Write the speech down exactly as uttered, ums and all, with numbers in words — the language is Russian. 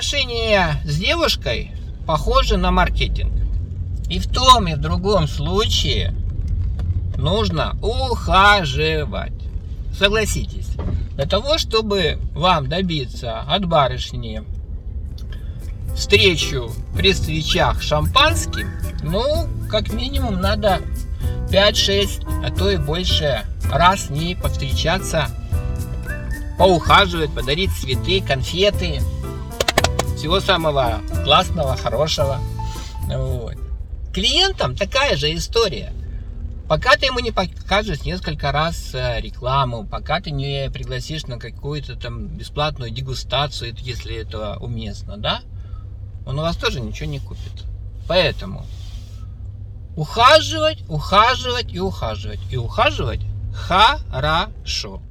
отношения с девушкой похожи на маркетинг. И в том, и в другом случае нужно ухаживать. Согласитесь, для того, чтобы вам добиться от барышни встречу при свечах шампанским, ну, как минимум надо пять-шесть, а то и больше раз с ней повстречаться, поухаживать, подарить цветы, конфеты, всего самого классного, хорошего. Вот. Клиентам такая же история. Пока ты ему не покажешь несколько раз рекламу, пока ты не пригласишь на какую-то там бесплатную дегустацию, если это уместно, да, он у вас тоже ничего не купит. Поэтому ухаживать, ухаживать и ухаживать. И ухаживать хорошо.